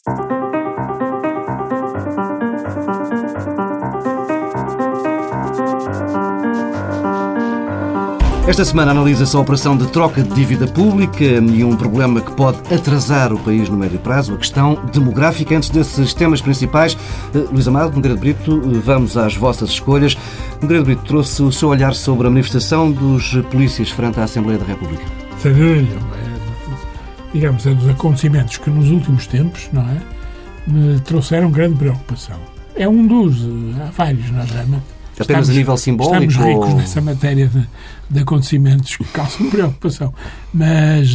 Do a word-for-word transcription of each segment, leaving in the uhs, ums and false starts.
Esta semana analisa-se a operação de troca de dívida pública e um problema que pode atrasar o país no médio prazo, a questão demográfica. Antes desses temas principais, Luís Amado, Nogueira de Brito, vamos às vossas escolhas. Nogueira de Brito trouxe o seu olhar sobre a manifestação dos polícias frente à Assembleia da República. Sem dúvida, digamos, é dos acontecimentos que nos últimos tempos, não é, me trouxeram grande preocupação. É um dos, há vários, não é, realmente. Apenas estamos, a nível simbólico? Estamos ricos ou... nessa matéria de, de acontecimentos que causam preocupação. Mas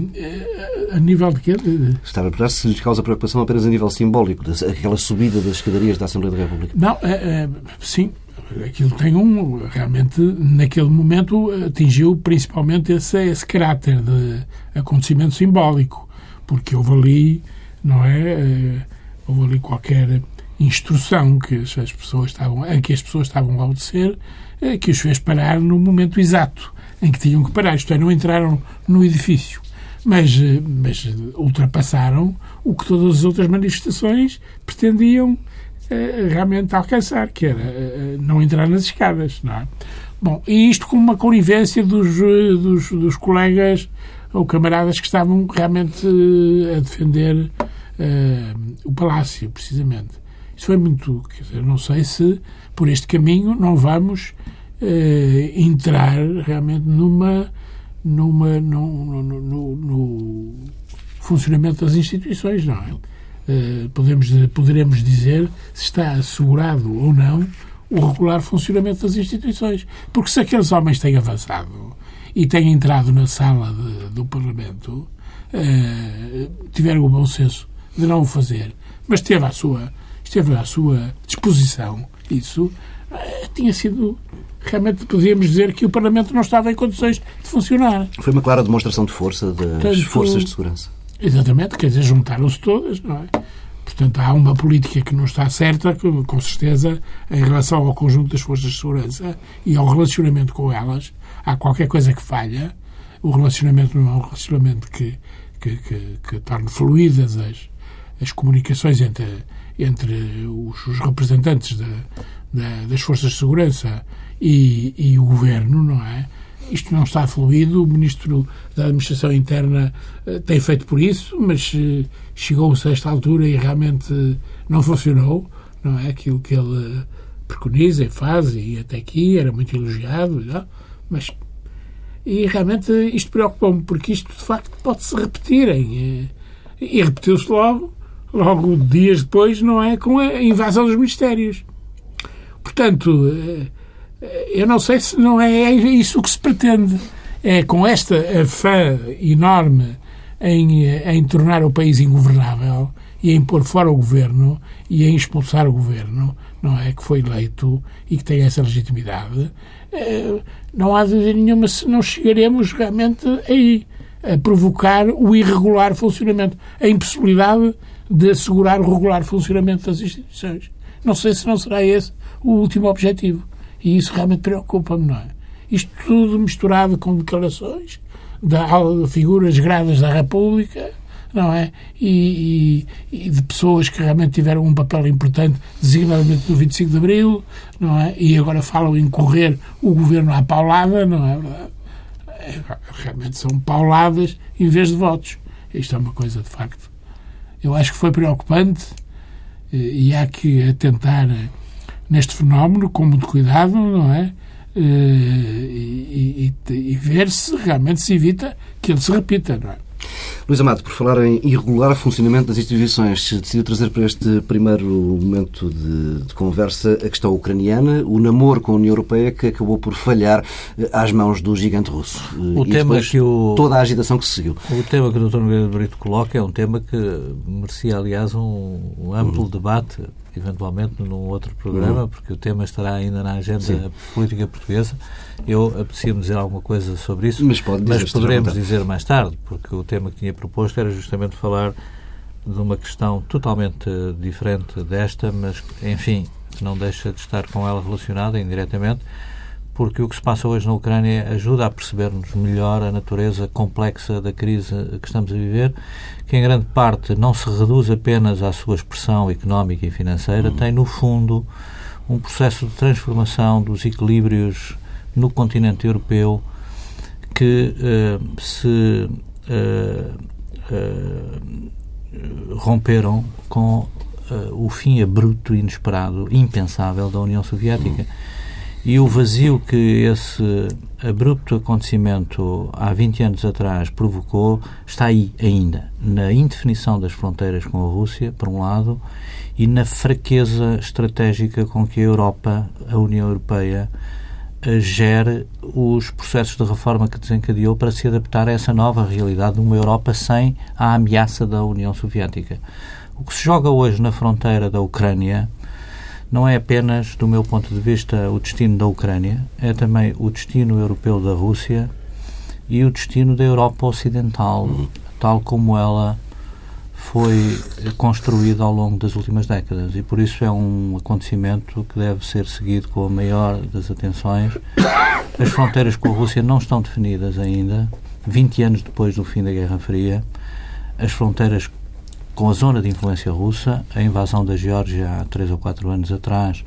a nível de quê? Estava a perguntar se lhes causa preocupação apenas a nível simbólico, aquela subida das escadarias da Assembleia da República. Não, é, é, sim. Aquilo tem um... Realmente, naquele momento, atingiu principalmente esse, esse caráter de acontecimento simbólico. Porque houve ali, não é? Houve ali qualquer... instrução que as pessoas estavam, a que as pessoas estavam a obedecer, que os fez parar no momento exato em que tinham que parar. Isto é, não entraram no edifício, mas, mas ultrapassaram o que todas as outras manifestações pretendiam eh, realmente alcançar, que era eh, não entrar nas escadas. Não é? Bom, e isto com uma conivência dos, dos, dos colegas ou camaradas que estavam realmente a defender eh, o Palácio, precisamente. Isso foi muito... Quer dizer, não sei se por este caminho não vamos eh, entrar realmente numa, numa, no, no, no, no funcionamento das instituições, não é? Eh, podemos, poderemos dizer se está assegurado ou não o regular funcionamento das instituições. Porque se aqueles homens têm avançado e têm entrado na sala de, do Parlamento, eh, tiveram o bom senso de não o fazer, mas teve a sua... esteve à sua disposição, isso eh, tinha sido... Realmente podíamos dizer que o Parlamento não estava em condições de funcionar. Foi uma clara demonstração de força das Portanto, forças de segurança. Exatamente, quer dizer, juntaram-se todas, não é? Portanto, há uma política que não está certa, com certeza, em relação ao conjunto das forças de segurança e ao relacionamento com elas. Há qualquer coisa que falha. O relacionamento não é um relacionamento que, que, que, que torne fluídas as, as comunicações entre... entre os, os representantes de, de, das forças de segurança e, e o Governo, não é? Isto não está fluído. O Ministro da Administração Interna uh, tem feito por isso, mas uh, chegou-se a esta altura e realmente uh, não funcionou, não é? Aquilo que ele uh, preconiza e faz, e até aqui era muito elogiado, não? Mas e realmente uh, isto preocupa-me, porque isto de facto pode-se repetir, em, uh, e repetiu-se logo logo dias depois, não é? Com a invasão dos ministérios. Portanto, eu não sei se não é isso que se pretende. É com esta afã enorme em, em tornar o país ingovernável e em pôr fora o governo e em expulsar o governo, não é? Que foi eleito e que tem essa legitimidade. Não há dúvida nenhuma se não chegaremos realmente aí a provocar o irregular funcionamento, a impossibilidade de assegurar o regular funcionamento das instituições. Não sei se não será esse o último objetivo. E isso realmente preocupa-me, não é? Isto tudo misturado com declarações de figuras gradas da República, não é? E, e, e de pessoas que realmente tiveram um papel importante, designadamente no vinte e cinco de Abril, não é? E agora falam em correr o governo à paulada, não é verdade? Realmente são pauladas em vez de votos. Isto é uma coisa, de facto, eu acho que foi preocupante e há que atentar neste fenómeno com muito cuidado, não é? E, e, e ver se realmente se evita que ele se repita, não é? Luís Amado, por falar em irregular funcionamento das instituições, decidiu trazer para este primeiro momento de, de conversa a questão ucraniana, o namoro com a União Europeia que acabou por falhar às mãos do gigante russo. O e tema que o, toda a agitação que se seguiu. O tema que o doutor Nogueira de Brito coloca é um tema que merecia, aliás, um, um amplo uhum. debate, eventualmente num outro programa, uhum. porque o tema estará ainda na agenda Sim. política portuguesa. Eu apetecia-me dizer alguma coisa sobre isso, mas, pode dizer, mas poderemos dizer mais tarde, porque o tema que tinha proposto era justamente falar de uma questão totalmente diferente desta, mas, enfim, não deixa de estar com ela relacionada indiretamente, porque o que se passa hoje na Ucrânia ajuda a percebermos melhor a natureza complexa da crise que estamos a viver, que em grande parte não se reduz apenas à sua expressão económica e financeira, tem no fundo um processo de transformação dos equilíbrios no continente europeu que uh, se uh, uh, romperam com uh, o fim abrupto, inesperado, impensável da União Soviética. E o vazio que esse abrupto acontecimento há vinte anos atrás provocou está aí ainda, na indefinição das fronteiras com a Rússia, por um lado, e na fraqueza estratégica com que a Europa, a União Europeia, gere os processos de reforma que desencadeou para se adaptar a essa nova realidade de uma Europa sem a ameaça da União Soviética. O que se joga hoje na fronteira da Ucrânia não é apenas, do meu ponto de vista, o destino da Ucrânia, é também o destino europeu da Rússia e o destino da Europa Ocidental, tal como ela foi construída ao longo das últimas décadas. E por isso é um acontecimento que deve ser seguido com a maior das atenções. As fronteiras com a Rússia não estão definidas ainda, vinte anos depois do fim da Guerra Fria. As fronteiras com a zona de influência russa, a invasão da Geórgia há três ou quatro anos atrás,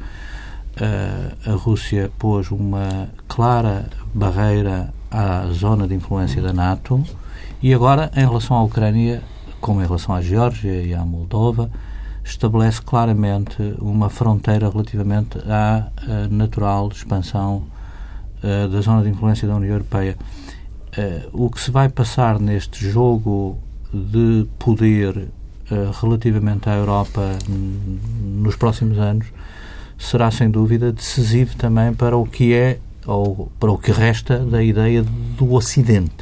a Rússia pôs uma clara barreira à zona de influência da NATO e agora, em relação à Ucrânia, como em relação à Geórgia e à Moldova, estabelece claramente uma fronteira relativamente à, à natural expansão uh, da zona de influência da União Europeia. Uh, o que se vai passar neste jogo de poder Uh, relativamente à Europa n- nos próximos anos será sem dúvida decisivo também para o que é ou para o que resta da ideia do Ocidente,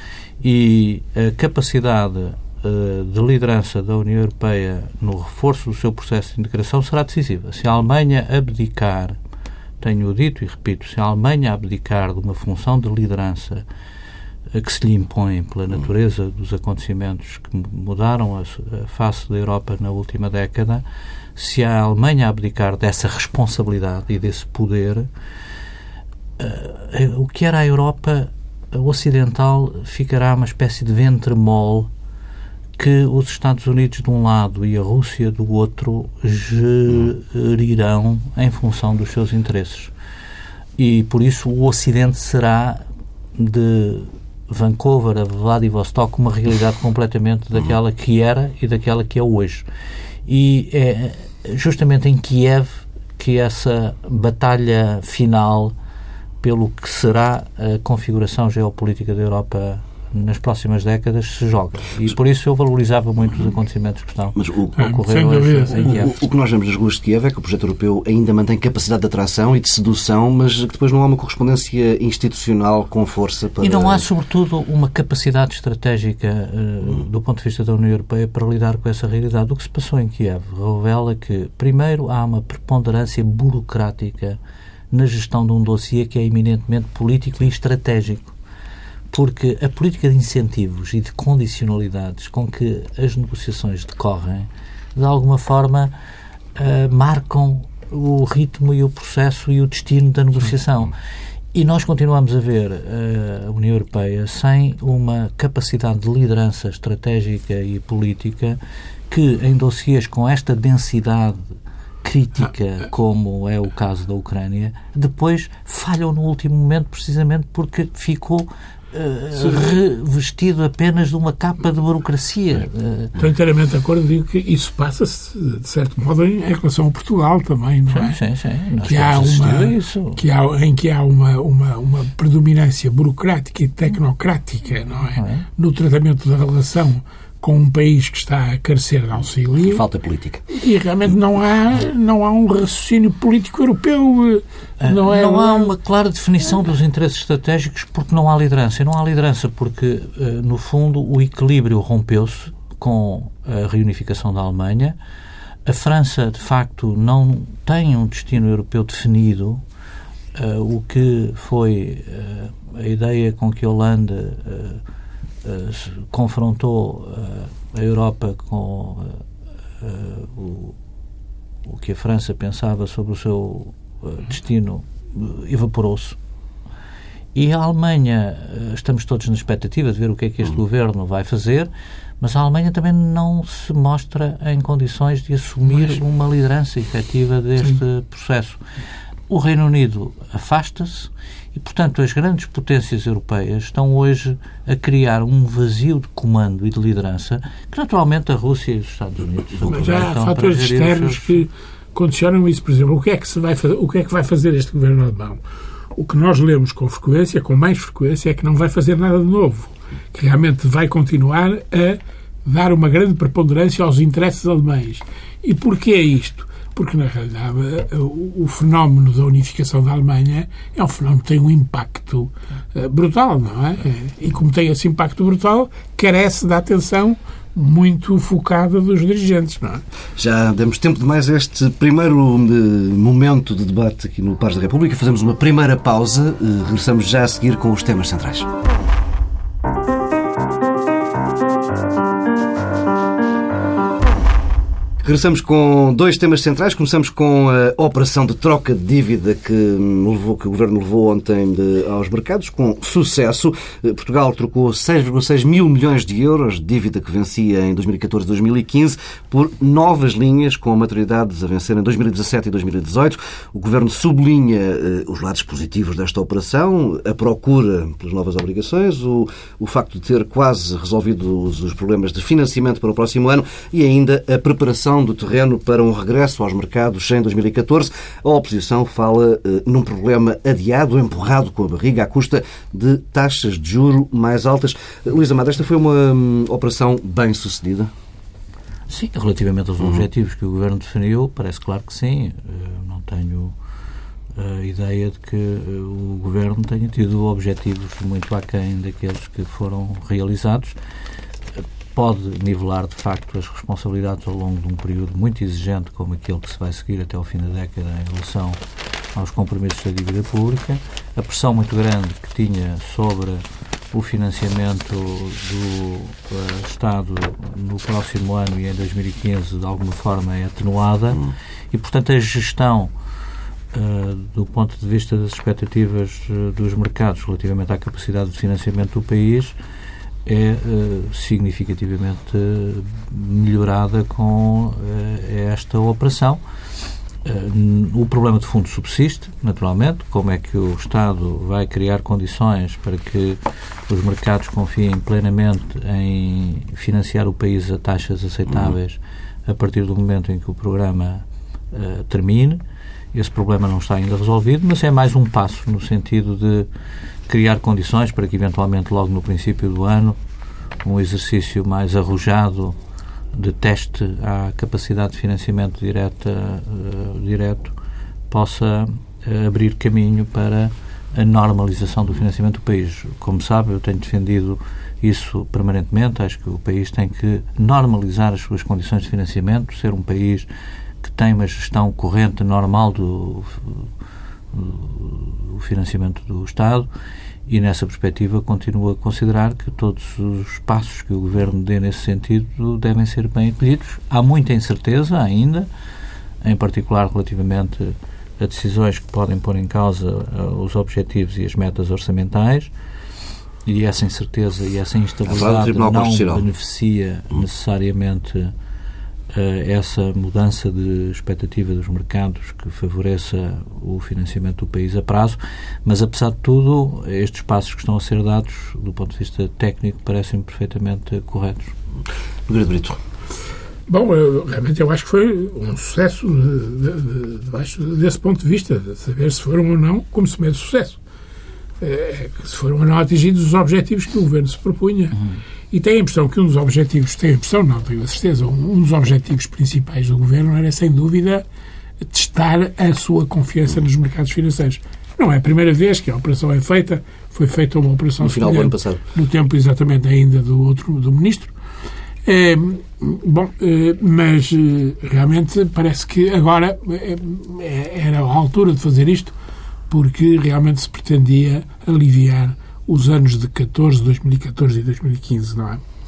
e a capacidade uh, de liderança da União Europeia no reforço do seu processo de integração será decisiva. Se a Alemanha abdicar, tenho dito e repito, se a Alemanha abdicar de uma função de liderança que se lhe impõe pela natureza dos acontecimentos que mudaram a, a face da Europa na última década, se a Alemanha abdicar dessa responsabilidade e desse poder, uh, o que era a Europa ocidental ficará uma espécie de ventre mole que os Estados Unidos de um lado e a Rússia do outro gerirão em função dos seus interesses. E, por isso, o Ocidente será de Vancouver a Vladivostok uma realidade completamente daquela que era e daquela que é hoje. E é justamente em Kiev que essa batalha final pelo que será a configuração geopolítica da Europa nas próximas décadas se joga. E por isso eu valorizava muito os acontecimentos que estão Mas o, a ocorrer hoje em Kiev. O, o que nós vemos nas ruas de Kiev é que o projeto europeu ainda mantém capacidade de atração e de sedução, mas que depois não há uma correspondência institucional com força para... E não há, sobretudo, uma capacidade estratégica uh, do ponto de vista da União Europeia para lidar com essa realidade. O que se passou em Kiev revela que, primeiro, há uma preponderância burocrática na gestão de um dossiê que é eminentemente político e estratégico. Porque a política de incentivos e de condicionalidades com que as negociações decorrem, de alguma forma, uh, marcam o ritmo e o processo e o destino da negociação. E nós continuamos a ver uh, a União Europeia sem uma capacidade de liderança estratégica e política que, em dossiês com esta densidade crítica, como é o caso da Ucrânia, depois falham no último momento precisamente porque ficou Uh, revestido apenas de uma capa de burocracia. Estou inteiramente de acordo, digo que isso passa-se, de certo modo, em, em relação a Portugal também, não é? Sim, sim, sim. Nós que há uma, isso. Que há, em que há uma, uma, uma predominância burocrática e tecnocrática, não é? Não é? No tratamento da relação com um país que está a carecer de auxílio. Falta política. E realmente não há, não há um raciocínio político europeu. Não, é não há uma clara definição dos interesses estratégicos porque não há liderança. Não há liderança porque, no fundo, o equilíbrio rompeu-se com a reunificação da Alemanha. A França, de facto, não tem um destino europeu definido, o que foi a ideia com que Hollande Uh, confrontou uh, a Europa com uh, uh, o, o que a França pensava sobre o seu uh, destino, uh, evaporou-se E a Alemanha, estamos todos na expectativa de ver o que é que este governo vai fazer, mas a Alemanha também não se mostra em condições de assumir mas... uma liderança efetiva deste Sim. processo. O Reino Unido afasta-se e, portanto, as grandes potências europeias estão hoje a criar um vazio de comando e de liderança que, naturalmente, a Rússia e os Estados Unidos mas já há fatores externos seus... que condicionam isso. Por exemplo, o que é que se vai fazer, o que é que vai fazer este governo alemão? O que nós lemos com frequência, com mais frequência, é que não vai fazer nada de novo, que realmente vai continuar a dar uma grande preponderância aos interesses alemães. E porquê isto? Porque, na realidade, o, o fenómeno da unificação da Alemanha é um fenómeno que tem um impacto uh, brutal, não é? E como tem esse impacto brutal, carece da atenção muito focada dos dirigentes, não é? Já demos tempo demais a este primeiro uh, momento de debate aqui no Pares da República. Fazemos uma primeira pausa. Uh, regressamos já a seguir com os temas centrais. Regressamos com dois temas centrais. Começamos com a operação de troca de dívida que, levou, que o Governo levou ontem de, aos mercados, com sucesso. Portugal trocou seis vírgula seis mil milhões de euros de dívida que vencia em dois mil e catorze e dois mil e quinze por novas linhas com maturidades a vencer em dois mil e dezassete e dois mil e dezoito. O Governo sublinha eh, os lados positivos desta operação, a procura pelas novas obrigações, o, o facto de ter quase resolvido os, os problemas de financiamento para o próximo ano e ainda a preparação do terreno para um regresso aos mercados em dois mil e catorze. A oposição fala eh, num problema adiado, empurrado com a barriga, à custa de taxas de juro mais altas. Luís Amado, esta foi uma hum, operação bem sucedida? Sim, relativamente aos uhum. objetivos que o Governo definiu, parece claro que sim. Eu não tenho a ideia de que o Governo tenha tido objetivos muito aquém daqueles que foram realizados. Pode nivelar, de facto, as responsabilidades ao longo de um período muito exigente como aquele que se vai seguir até ao fim da década em relação aos compromissos da dívida pública, a pressão muito grande que tinha sobre o financiamento do uh, Estado no próximo ano e em dois mil e quinze, de alguma forma, é atenuada hum. e, portanto, a gestão uh, do ponto de vista das expectativas uh, dos mercados relativamente à capacidade de financiamento do país é uh, significativamente uh, melhorada com uh, esta operação. Uh, o problema de fundo subsiste, naturalmente, como é que o Estado vai criar condições para que os mercados confiem plenamente em financiar o país a taxas aceitáveis a partir do momento em que o programa uh, termine. Esse problema não está ainda resolvido, mas é mais um passo no sentido de criar condições para que, eventualmente, logo no princípio do ano, um exercício mais arrojado de teste à capacidade de financiamento direta, uh, direto possa uh, abrir caminho para a normalização do financiamento do país. Como sabe, eu tenho defendido isso permanentemente. Acho que o país tem que normalizar as suas condições de financiamento, ser um país que tem uma gestão corrente normal do, do financiamento do Estado e, nessa perspectiva, continuo a considerar que todos os passos que o Governo dê nesse sentido devem ser bem acolhidos. Há muita incerteza ainda, em particular relativamente a decisões que podem pôr em causa os objetivos e as metas orçamentais, e essa incerteza e essa instabilidade não beneficia necessariamente essa mudança de expectativa dos mercados que favoreça o financiamento do país a prazo, mas, apesar de tudo, estes passos que estão a ser dados, do ponto de vista técnico, parecem perfeitamente corretos. Nogueira de Brito. Bom, eu, realmente eu acho que foi um sucesso de, de, de, desse ponto de vista, de saber se foram ou não, como se mede sucesso. É, se foram ou não atingidos os objetivos que o Governo se propunha. Uhum. E tenho a impressão que um dos objetivos, tenho a impressão, não, tenho a certeza, um dos objetivos principais do Governo era, sem dúvida, testar a sua confiança nos mercados financeiros. Não é a primeira vez que a operação é feita, foi feita uma operação no final do ano passado, no tempo exatamente ainda do outro, do Ministro. É, bom, é, mas realmente parece que agora é, era a altura de fazer isto, porque realmente se pretendia aliviar os anos de catorze, dois mil e catorze e dois mil e quinze, não é?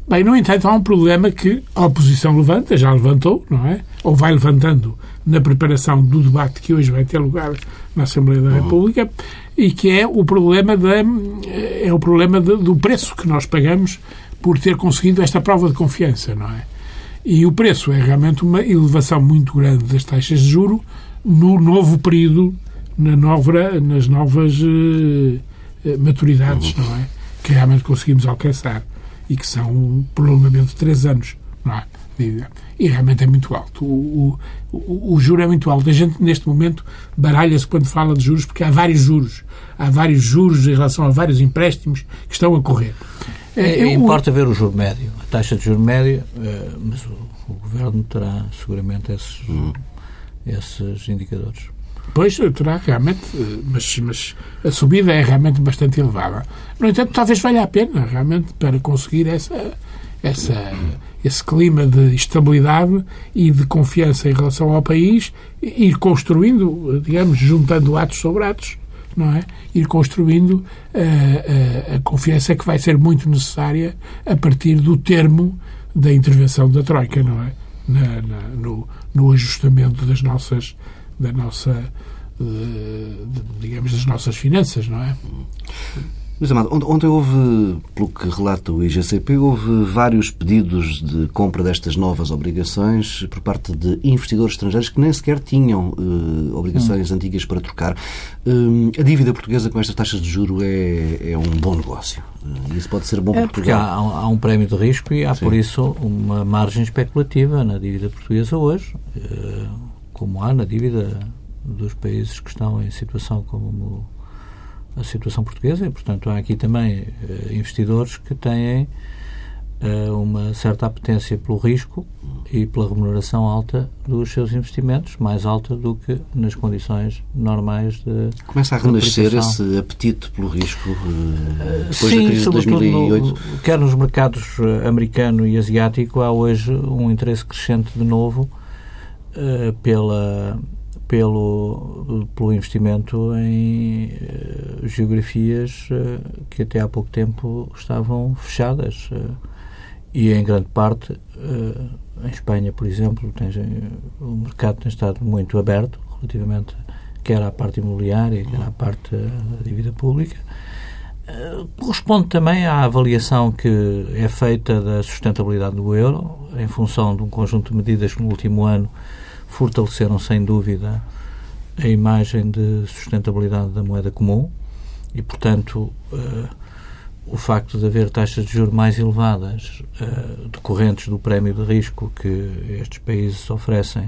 Bem, no entanto, há um problema que a oposição levanta, já levantou, não é? Ou vai levantando na preparação do debate que hoje vai ter lugar na Assembleia da República, e que é o problema, da, é o problema de, do preço que nós pagamos por ter conseguido esta prova de confiança, não é? E o preço é realmente uma elevação muito grande das taxas de juros no novo período, na nova, nas novas uh, maturidades, não é? Que realmente conseguimos alcançar e que são prolongamento de três anos, não é? E realmente é muito alto. O, o, o juro é muito alto. A gente, neste momento, baralha-se quando fala de juros, porque há vários juros. Há vários juros em relação a vários empréstimos que estão a correr. É, é, importa o... ver o juro médio. A taxa de juro médio, é, mas o, o Governo terá seguramente esses, hum. esses indicadores. Pois, terá realmente, mas, mas a subida é realmente bastante elevada. No entanto, talvez valha a pena, realmente, para conseguir essa... essa esse clima de estabilidade e de confiança em relação ao país, ir construindo, digamos, juntando atos sobre atos, não é? Ir construindo a, a, a confiança que vai ser muito necessária a partir do termo da intervenção da Troika, não é? Na, na, no, no ajustamento das nossas, da nossa, de, de, digamos, das nossas finanças, não é? Luís Amado, ontem houve, pelo que relata o I G C P, houve vários pedidos de compra destas novas obrigações por parte de investidores estrangeiros que nem sequer tinham uh, obrigações hum. antigas para trocar. Uh, a dívida portuguesa com estas taxas de juro é, é um bom negócio. Uh, isso pode ser bom para é Portugal. Há, há um prémio de risco e há, Sim. por isso, uma margem especulativa na dívida portuguesa hoje, uh, como há na dívida dos países que estão em situação como a situação portuguesa, e, portanto, há aqui também uh, investidores que têm uh, uma certa apetência pelo risco e pela remuneração alta dos seus investimentos, mais alta do que nas condições normais de Começa a renascer esse apetite pelo risco uh, depois Sim, da crise de dois mil e oito? No, quer nos mercados americano e asiático, há hoje um interesse crescente de novo uh, pela Pelo, pelo investimento em uh, geografias uh, que até há pouco tempo estavam fechadas uh, e em grande parte uh, em Espanha, por exemplo, tem, o mercado tem estado muito aberto relativamente quer à parte imobiliária, quer à parte da dívida pública. Uh, corresponde também à avaliação que é feita da sustentabilidade do euro em função de um conjunto de medidas que no último ano fortaleceram sem dúvida a imagem de sustentabilidade da moeda comum e, portanto, uh, o facto de haver taxas de juros mais elevadas uh, decorrentes do prémio de risco que estes países oferecem,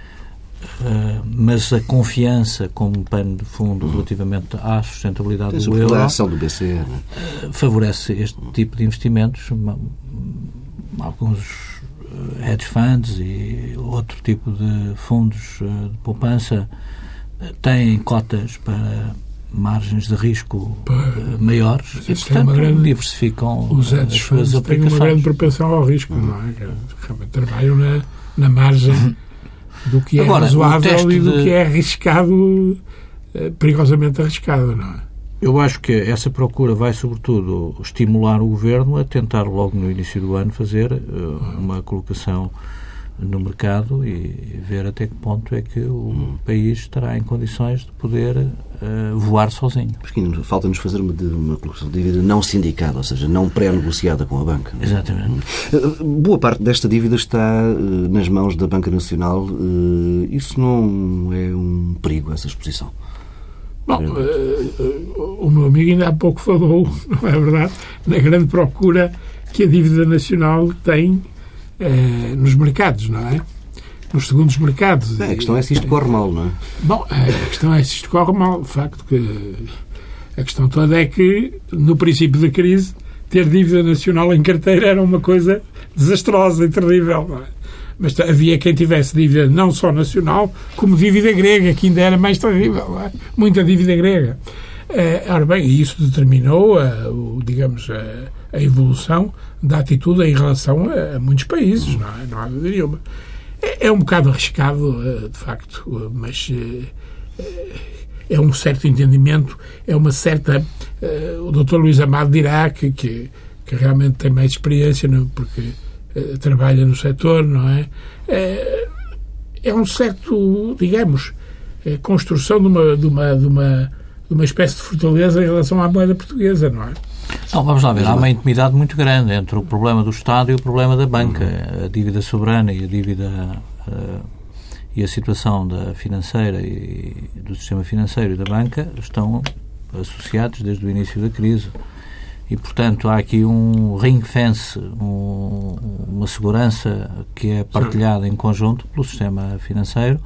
uh, mas a confiança como pano de fundo relativamente à sustentabilidade Tem do euro, a ação do B C E, né? uh, favorece este tipo de investimentos. Alguns hedge funds e outro tipo de fundos de poupança têm cotas para margens de risco uh, maiores e, portanto, grande, diversificam os as suas aplicações. Têm uma grande propensão ao risco, uhum. não é? Que trabalham na, na margem uhum. do que é Agora, razoável e do de... que é arriscado, uh, perigosamente arriscado, não é? Eu acho que essa procura vai, sobretudo, estimular o Governo a tentar, logo no início do ano, fazer uh, uma colocação no mercado e ver até que ponto é que o hum. país estará em condições de poder uh, voar sozinho. Porque falta-nos fazer uma, uma colocação de dívida não sindicada, ou seja, não pré-negociada com a banca. Exatamente. Boa parte desta dívida está uh, nas mãos da Banca Nacional. Uh, isso não é um perigo, essa exposição? Bom, uh, o meu amigo ainda há pouco falou, não é verdade, na grande procura que a dívida nacional tem uh, nos mercados, não é? Nos segundos mercados. É, a questão é se isto corre mal, não é? Bom, a questão é se isto corre mal. De facto, que a questão toda é que, no princípio da crise, ter dívida nacional em carteira era uma coisa desastrosa e terrível, não é? Mas havia quem tivesse dívida não só nacional, como dívida grega, que ainda era mais terrível. Não é? Muita dívida grega. Uh, ora bem, e isso determinou a, o, digamos, a, a evolução da atitude em relação a, a muitos países, não é? Não há dúvida nenhuma. É, é um bocado arriscado, uh, de facto, uh, mas uh, é um certo entendimento, é uma certa... Uh, o doutor Luís Amado dirá que, que que realmente tem mais experiência, não? Porque uh, trabalha no setor, não é? É, é um certo, digamos, é construção de uma, de, uma, de, uma, de uma espécie de fortaleza em relação à moeda portuguesa, não é? Não, vamos lá ver, há uma intimidade muito grande entre o problema do Estado e o problema da banca. A dívida soberana e a dívida uh, e a situação da financeira e do sistema financeiro e da banca estão associados desde o início da crise. E, portanto, há aqui um ring-fence, um, uma segurança que é partilhada em conjunto pelo sistema financeiro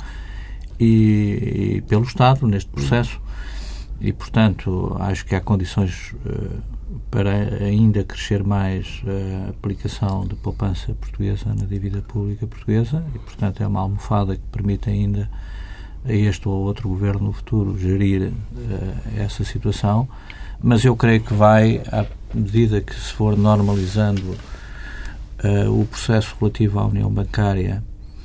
e, e pelo Estado neste processo. E, portanto, acho que há condições uh, para ainda crescer mais a aplicação de poupança portuguesa na dívida pública portuguesa e, portanto, é uma almofada que permite ainda a este ou outro governo no futuro gerir uh, essa situação, mas eu creio que vai, à medida que se for normalizando uh, o processo relativo à União Bancária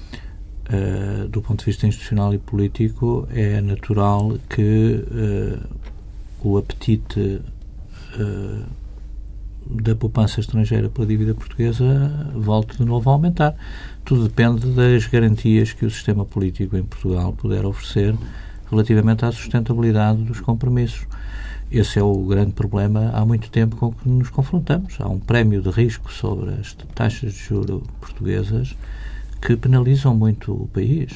uh, do ponto de vista institucional e político, é natural que uh, o apetite uh, da poupança estrangeira pela dívida portuguesa volte de novo a aumentar. Tudo depende das garantias que o sistema político em Portugal puder oferecer relativamente à sustentabilidade dos compromissos. Esse é o grande problema há muito tempo com que nos confrontamos. Há um prémio de risco sobre as taxas de juros portuguesas que penalizam muito o país.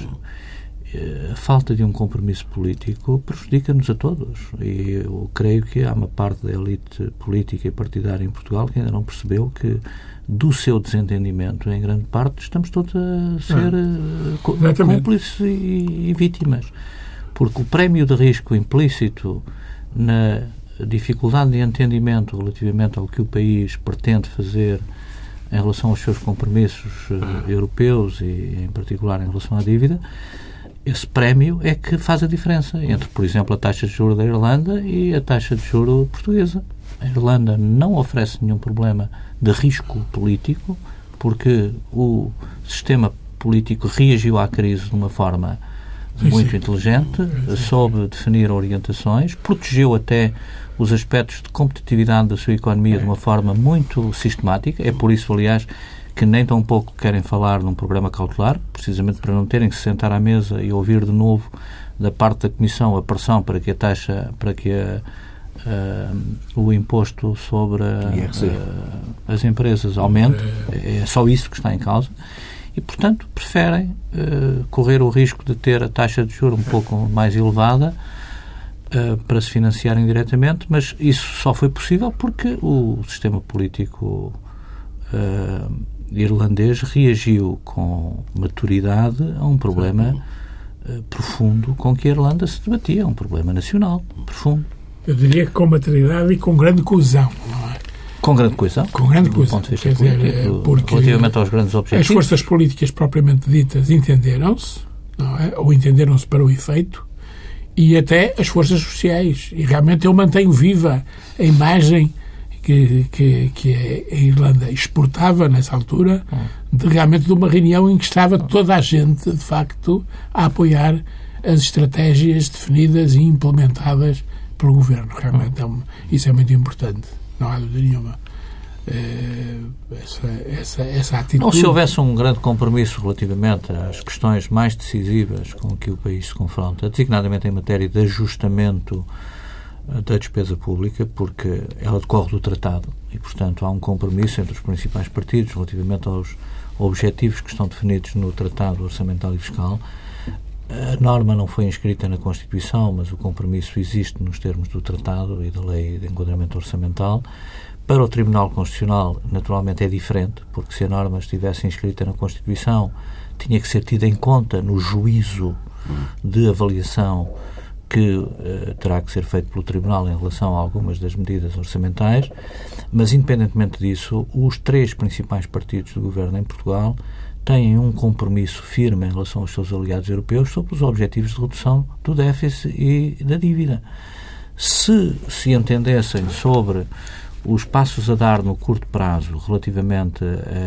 A falta de um compromisso político prejudica-nos a todos. E eu creio que há uma parte da elite política e partidária em Portugal que ainda não percebeu que do seu desentendimento, em grande parte, estamos todos a ser ah, cúmplices e, e vítimas. Porque o prémio de risco implícito na dificuldade de entendimento relativamente ao que o país pretende fazer em relação aos seus compromissos uh, europeus e, em particular, em relação à dívida, esse prémio é que faz a diferença entre, por exemplo, a taxa de juros da Irlanda e a taxa de juros portuguesa. A Irlanda não oferece nenhum problema de risco político porque o sistema político reagiu à crise de uma forma muito sim, inteligente, sim. soube definir orientações, protegeu até os aspectos de competitividade da sua economia de uma forma muito sistemática. É por isso, aliás, que nem tão pouco querem falar num programa cautelar, precisamente para não terem que se sentar à mesa e ouvir de novo da parte da Comissão a pressão para que a taxa, para que a, a, o imposto sobre a, a, as empresas aumente. É só isso que está em causa. E, portanto, preferem uh, correr o risco de ter a taxa de juros um pouco mais elevada uh, para se financiarem diretamente, mas isso só foi possível porque o sistema político uh, irlandês reagiu com maturidade a um problema uh, profundo com que a Irlanda se debatia, um problema nacional profundo. Eu diria que com maturidade e com grande coesão, não é? Com grande coesão? Com grande coesão. Do ponto de vista político, porque relativamente aos grandes objetivos. As forças políticas propriamente ditas entenderam-se, não é? Ou entenderam-se para o efeito, e até as forças sociais. E realmente eu mantenho viva a imagem que, que, que a Irlanda exportava nessa altura, de realmente de uma reunião em que estava toda a gente, de facto, a apoiar as estratégias definidas e implementadas pelo governo. Realmente é um, isso é muito importante. Não há dúvida nenhuma. Essa, essa, essa atitude... Não, se houvesse um grande compromisso relativamente às questões mais decisivas com que o país se confronta, designadamente em matéria de ajustamento da despesa pública, porque ela decorre do tratado e, portanto, há um compromisso entre os principais partidos relativamente aos objetivos que estão definidos no Tratado Orçamental e Fiscal. A norma não foi inscrita na Constituição, mas o compromisso existe nos termos do Tratado e da Lei de Enquadramento Orçamental. Para o Tribunal Constitucional, naturalmente, é diferente, porque se a norma estivesse inscrita na Constituição, tinha que ser tida em conta no juízo de avaliação que uh, terá que ser feito pelo Tribunal em relação a algumas das medidas orçamentais, mas, independentemente disso, os três principais partidos do governo em Portugal têm um compromisso firme em relação aos seus aliados europeus sobre os objetivos de redução do déficit e da dívida. Se se entendessem sobre os passos a dar no curto prazo relativamente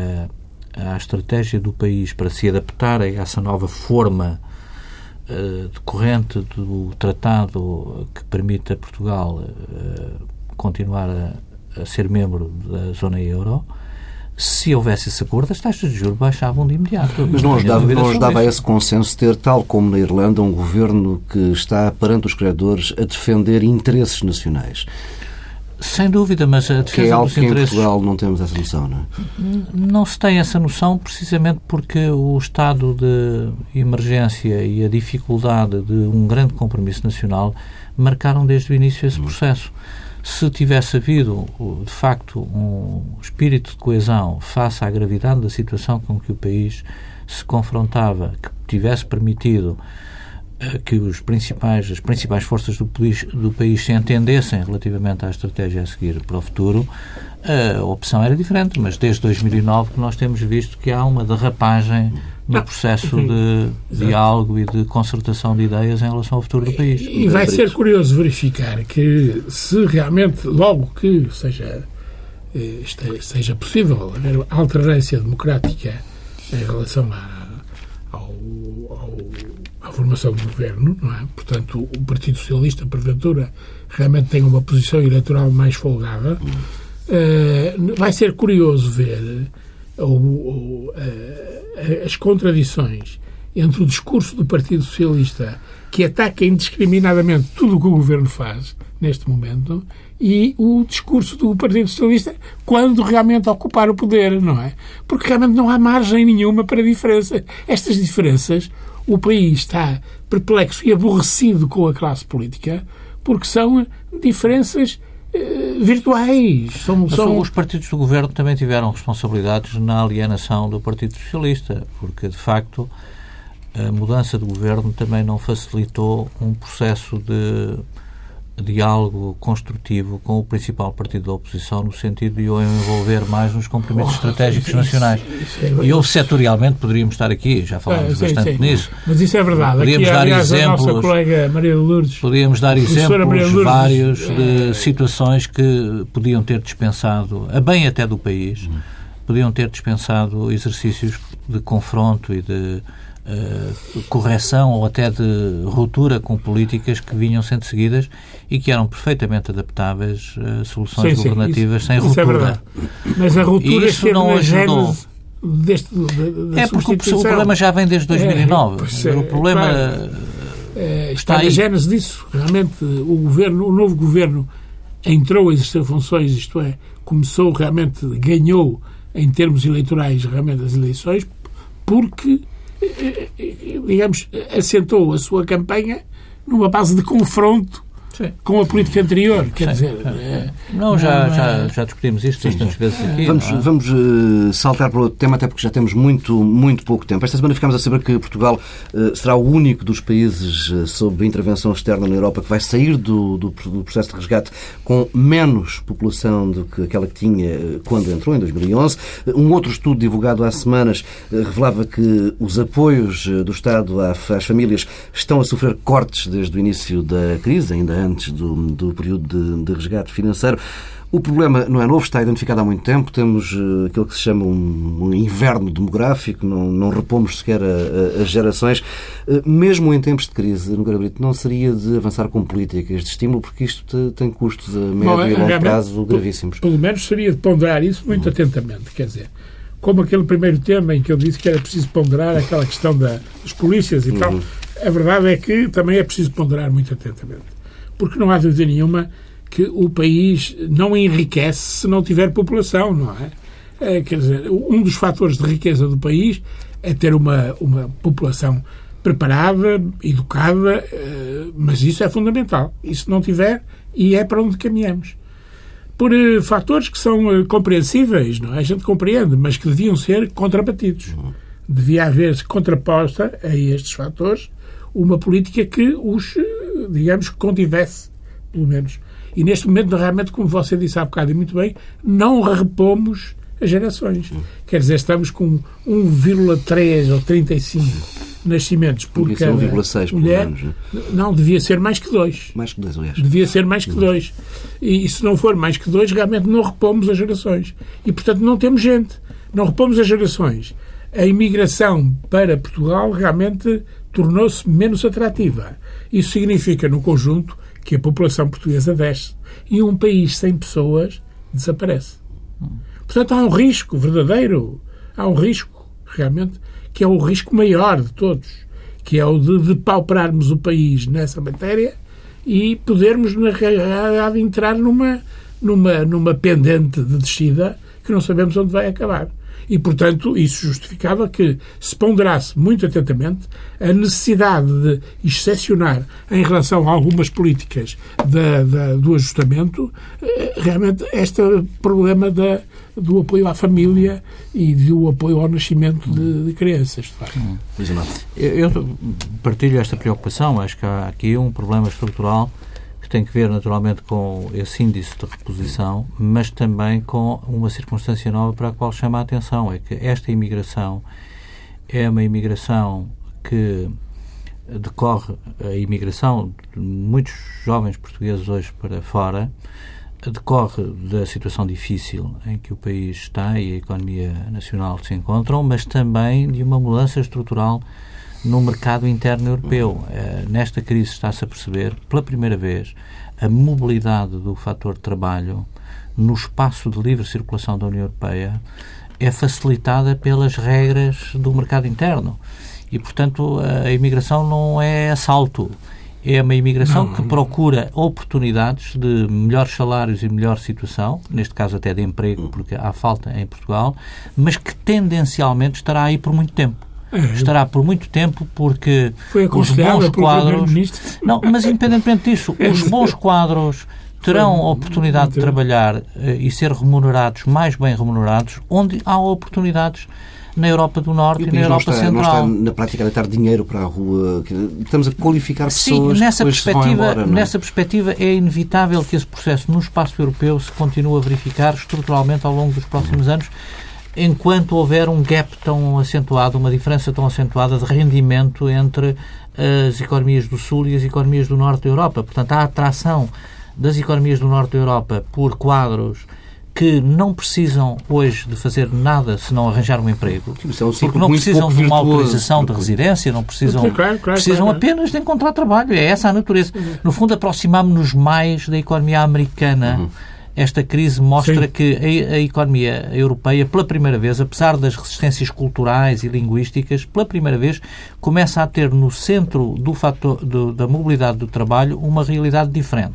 à estratégia do país para se adaptar a essa nova forma uh, decorrente do tratado que permite a Portugal uh, continuar a, a ser membro da zona euro, se houvesse esse acordo, as taxas de juros baixavam de imediato. Mas não ajudava, não ajudava a esse consenso ter, tal como na Irlanda, um governo que está perante os credores a defender interesses nacionais. Sem dúvida, mas a defesa que é algo dos que interesses... em Portugal não temos essa noção, não é? Não se tem essa noção precisamente porque o estado de emergência e a dificuldade de um grande compromisso nacional marcaram desde o início esse processo. Se tivesse havido, de facto, um espírito de coesão face à gravidade da situação com que o país se confrontava, que tivesse permitido que os principais, as principais forças do país, do país se entendessem relativamente à estratégia a seguir para o futuro, a opção era diferente, mas desde dois mil e nove que nós temos visto que há uma derrapagem no processo de diálogo e de concertação de ideias em relação ao futuro do país. E vai ser curioso verificar que se realmente, logo que seja, seja possível haver alternância democrática em relação à, ao, ao à formação do governo, não é? Portanto, o Partido Socialista, porventura, realmente tem uma posição eleitoral mais folgada. Uh, vai ser curioso ver uh, uh, uh, as contradições entre o discurso do Partido Socialista, que ataca indiscriminadamente tudo o que o governo faz neste momento, e o discurso do Partido Socialista quando realmente ocupar o poder, não é? Porque realmente não há margem nenhuma para diferença. Estas diferenças, o país está perplexo e aborrecido com a classe política porque são diferenças eh, virtuais. São, são... Os partidos do governo também tiveram responsabilidades na alienação do Partido Socialista, porque, de facto, a mudança de governo também não facilitou um processo de diálogo construtivo com o principal partido da oposição, no sentido de o envolver mais nos compromissos oh, estratégicos isso, nacionais. Isso, isso é... E houve setorialmente, poderíamos estar aqui, já falámos é, bastante sim. nisso. Mas isso é verdade. Podíamos aqui, dar aliás, exemplos, a nossa colega Maria Lourdes, podíamos dar exemplos Lourdes, vários de é... situações que podiam ter dispensado, a bem até do país, hum. podiam ter dispensado exercícios de confronto e de Uh, correção ou até de ruptura com políticas que vinham sendo seguidas e que eram perfeitamente adaptáveis a soluções sim, governativas sim, isso, sem isso ruptura. É mas a ruptura isso não ajudou. Deste, de, é porque o problema já vem desde dois mil e nove. É, o problema claro, é, está na gênese disso. Realmente o, governo, o novo governo entrou a exercer funções, isto é, começou realmente, ganhou em termos eleitorais realmente as eleições porque digamos, assentou a sua campanha numa base de confronto sim. com a política anterior. Quer sim. dizer... É, não, já, não, já, já discutimos isto bastantes vezes aqui. Vamos, é? vamos uh, saltar para outro tema, até porque já temos muito, muito pouco tempo. Esta semana ficámos a saber que Portugal uh, será o único dos países uh, sob intervenção externa na Europa que vai sair do, do, do processo de resgate com menos população do que aquela que tinha uh, quando entrou, em dois mil e onze. Uh, um outro estudo divulgado há semanas uh, revelava que os apoios uh, do Estado às famílias estão a sofrer cortes desde o início da crise, ainda antes do, do período de, de resgate financeiro. O problema não é novo, está identificado há muito tempo. Temos uh, aquilo que se chama um, um inverno demográfico, não, não repomos sequer a, a, as gerações. Uh, mesmo em tempos de crise, Nogueira Brito, não seria de avançar com políticas de estímulo, porque isto te, tem custos a médio Bom, e longo prazo gravíssimos. Pelo menos seria de ponderar isso muito uhum. atentamente, quer dizer, como aquele primeiro tema em que eu disse que era preciso ponderar aquela questão da, das polícias e uhum. tal. A verdade é que também é preciso ponderar muito atentamente, porque não há dúvida nenhuma que o país não enriquece se não tiver população, não é? é? Quer dizer, um dos fatores de riqueza do país é ter uma, uma população preparada, educada, mas isso é fundamental. E se não tiver, e é para onde caminhamos. Por uh, fatores que são uh, compreensíveis, não é? A gente compreende, mas que deviam ser contrabatidos. Devia haver contraposta a estes fatores uma política que os, digamos, contivesse, pelo menos. E neste momento, realmente, como você disse há bocado e muito bem, não repomos as gerações. Hum. Quer dizer, estamos com um vírgula três ou trinta e cinco nascimentos por Porque cada um vírgula seis, mulher. Menos, né? Não, devia ser mais que dois. Mais que dois, aliás. Devia ser mais que dois. E se não for mais que dois, realmente não repomos as gerações. E, portanto, não temos gente. Não repomos as gerações. A imigração para Portugal realmente tornou-se menos atrativa. Isso significa, no conjunto, que a população portuguesa desce. E um país sem pessoas desaparece. Portanto, há um risco verdadeiro, há um risco, realmente, que é o risco maior de todos, que é o de depauperarmos o país nessa matéria e podermos, na realidade, entrar numa, numa, numa pendente de descida que não sabemos onde vai acabar. E, portanto, isso justificava que se ponderasse muito atentamente a necessidade de excepcionar em relação a algumas políticas da, da, do ajustamento, realmente este problema da, do apoio à família e do apoio ao nascimento de, de crianças. De facto. Hum. Eu, eu partilho esta preocupação. Acho que há aqui um problema estrutural que tem que ver naturalmente com esse índice de reposição, mas também com uma circunstância nova para a qual chama a atenção, é que esta imigração é uma imigração que decorre, a imigração de muitos jovens portugueses hoje para fora, decorre da situação difícil em que o país está e a economia nacional se encontram, mas também de uma mudança estrutural no mercado interno europeu. Uh, nesta crise está-se a perceber, pela primeira vez, a mobilidade do fator de trabalho no espaço de livre circulação da União Europeia é facilitada pelas regras do mercado interno. E, portanto, a, a imigração não é assalto. É uma imigração não, que procura oportunidades de melhores salários e melhor situação, neste caso até de emprego, porque há falta em Portugal, mas que tendencialmente estará aí por muito tempo. Estará por muito tempo porque os bons quadros... Não, mas independentemente disso, os bons quadros terão a oportunidade de trabalhar uh, e ser remunerados, mais bem remunerados, onde há oportunidades na Europa do Norte e, e na Europa não está, Central. Não está na prática a deitar dinheiro para a rua. Estamos a qualificar pessoas. Sim, nessa que perspectiva, se vão embora, não é? Nessa perspectiva é inevitável que esse processo no espaço europeu se continue a verificar estruturalmente ao longo dos próximos anos, enquanto houver um gap tão acentuado, uma diferença tão acentuada de rendimento entre as economias do Sul e as economias do Norte da Europa. Portanto, a atração das economias do Norte da Europa por quadros que não precisam hoje de fazer nada se não arranjar um emprego, é um porque não precisam de uma autorização de residência, não precisam, claro, claro, precisam claro, apenas de encontrar trabalho. É essa a natureza. No fundo, aproximámos-nos mais da economia americana. Uhum. Esta crise mostra Sim. que a, a economia europeia, pela primeira vez, apesar das resistências culturais e linguísticas, pela primeira vez começa a ter no centro do fator, do, da mobilidade do trabalho uma realidade diferente.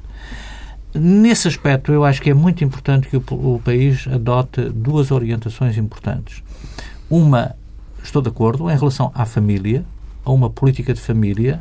Nesse aspecto, eu acho que é muito importante que o, o país adote duas orientações importantes. Uma, estou de acordo, em relação à família, a uma política de família.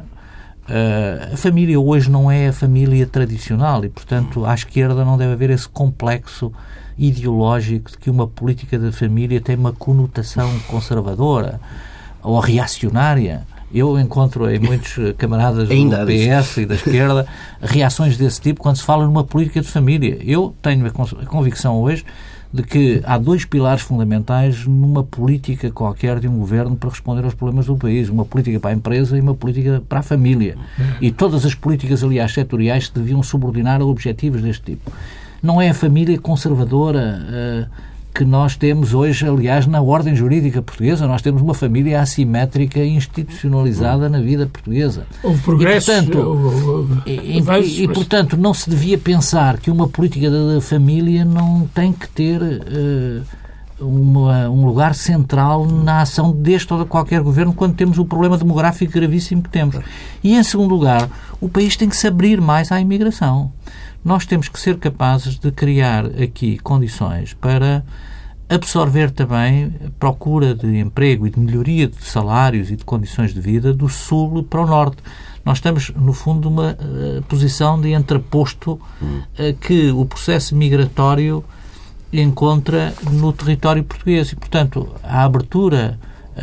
Uh, a família hoje não é a família tradicional e, portanto, à esquerda não deve haver esse complexo ideológico de que uma política de família tem uma conotação conservadora ou reacionária. Eu encontro em muitos camaradas do P S e da esquerda reações desse tipo quando se fala numa política de família. Eu tenho a convicção hoje de que há dois pilares fundamentais numa política qualquer de um governo para responder aos problemas do país. Uma política para a empresa e uma política para a família. E todas as políticas, aliás, setoriais se deviam subordinar a objetivos deste tipo. Não é a família conservadora uh, que nós temos hoje, aliás, na ordem jurídica portuguesa. Nós temos uma família assimétrica e institucionalizada na vida portuguesa. Houve progresso. E, portanto, houve, e, e, e, portanto, não se devia pensar que uma política da família não tem que ter uh, uma, um lugar central na ação deste ou de qualquer governo quando temos o problema demográfico gravíssimo que temos. E, em segundo lugar, o país tem que se abrir mais à imigração. Nós temos que ser capazes de criar aqui condições para absorver também a procura de emprego e de melhoria de salários e de condições de vida do Sul para o Norte. Nós estamos, no fundo, numa uh, posição de entreposto uh, que o processo migratório encontra no território português. E, portanto, a abertura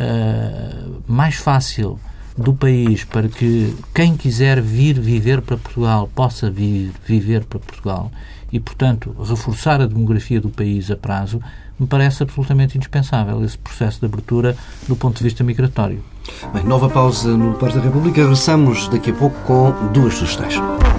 uh, mais fácil do país para que quem quiser vir viver para Portugal possa vir viver para Portugal e, portanto, reforçar a demografia do país a prazo, me parece absolutamente indispensável esse processo de abertura do ponto de vista migratório. Bem, nova pausa no Parque da República. Regressamos daqui a pouco com duas sugestões.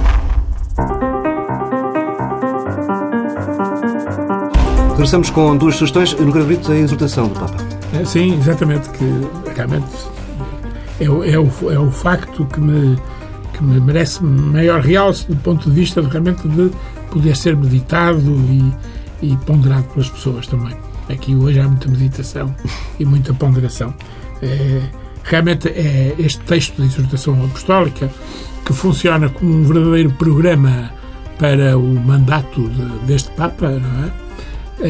Regressamos com duas sugestões. No Gratuito, a exortação do Papa. É, sim, exatamente, que realmente é, é, o, é o facto que me, que me merece maior realce do ponto de vista de, realmente de poder ser meditado e, e ponderado pelas pessoas também. Aqui hoje há muita meditação e muita ponderação. É, realmente é este texto de exortação apostólica que funciona como um verdadeiro programa para o mandato de, deste Papa, não é? É,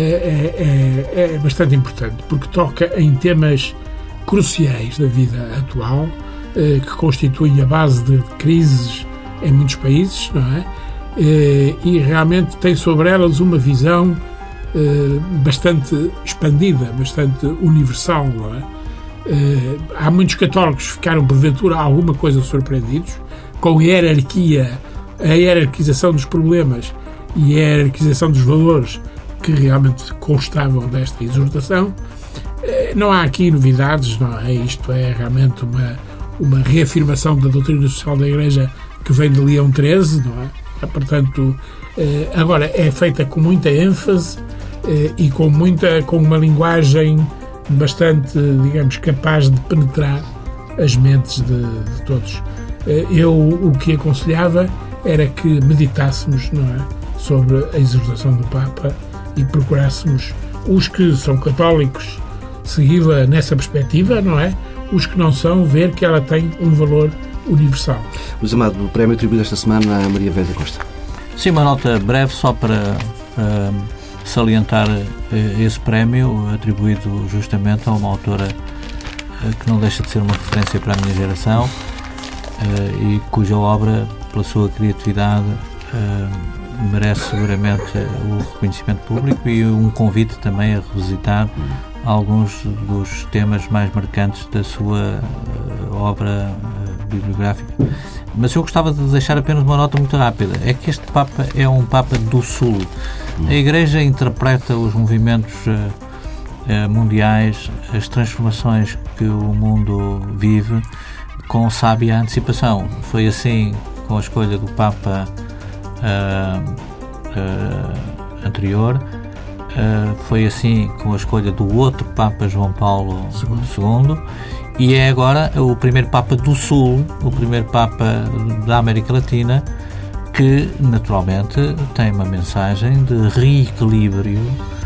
é, é bastante importante, porque toca em temas cruciais da vida atual, eh, que constituem a base de crises em muitos países, não é? Eh, e realmente tem sobre elas uma visão eh, bastante expandida, bastante universal, não é? Eh, há muitos católicos que ficaram, porventura, alguma coisa surpreendidos com a hierarquia, a hierarquização dos problemas e a hierarquização dos valores que realmente constavam desta exortação. Não há aqui novidades, não é? Isto é realmente uma, uma reafirmação da doutrina social da Igreja que vem de Leão treze, não é? Portanto, agora é feita com muita ênfase e com, muita, com uma linguagem bastante, digamos, capaz de penetrar as mentes de, de todos. Eu o que aconselhava era que meditássemos, não é, sobre a exortação do Papa e procurássemos, os que são católicos, segui-la nessa perspectiva, não é? Os que não são, ver que ela tem um valor universal. Luís Amado, o prémio atribuído esta semana a Maria Velha Costa. Sim, uma nota breve só para uh, salientar uh, esse prémio atribuído justamente a uma autora uh, que não deixa de ser uma referência para a minha geração uh, e cuja obra, pela sua criatividade, uh, merece seguramente o reconhecimento público e um convite também a revisitar alguns dos temas mais marcantes da sua uh, obra uh, bibliográfica. Mas eu gostava de deixar apenas uma nota muito rápida. É que este Papa é um Papa do Sul. A Igreja interpreta os movimentos uh, uh, mundiais, as transformações que o mundo vive, com sábia antecipação. Foi assim com a escolha do Papa uh, uh, anterior. Uh, foi assim com a escolha do outro Papa João Paulo segundo, e é agora o primeiro Papa do Sul, o primeiro Papa da América Latina, que naturalmente tem uma mensagem de reequilíbrio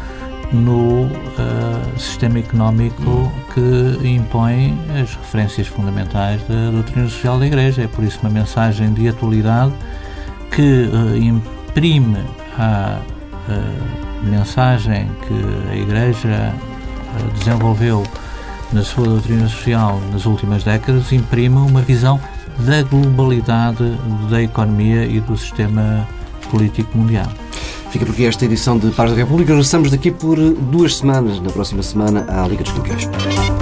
no uh, sistema económico que impõe as referências fundamentais da doutrina social da Igreja. É por isso uma mensagem de atualidade que uh, imprime a uh, mensagem que a Igreja desenvolveu na sua doutrina social nas últimas décadas, imprime uma visão da globalidade da economia e do sistema político mundial. Fica por aqui esta edição de Pares da República. Regressamos daqui por duas semanas, na próxima semana, à Liga dos Campeões.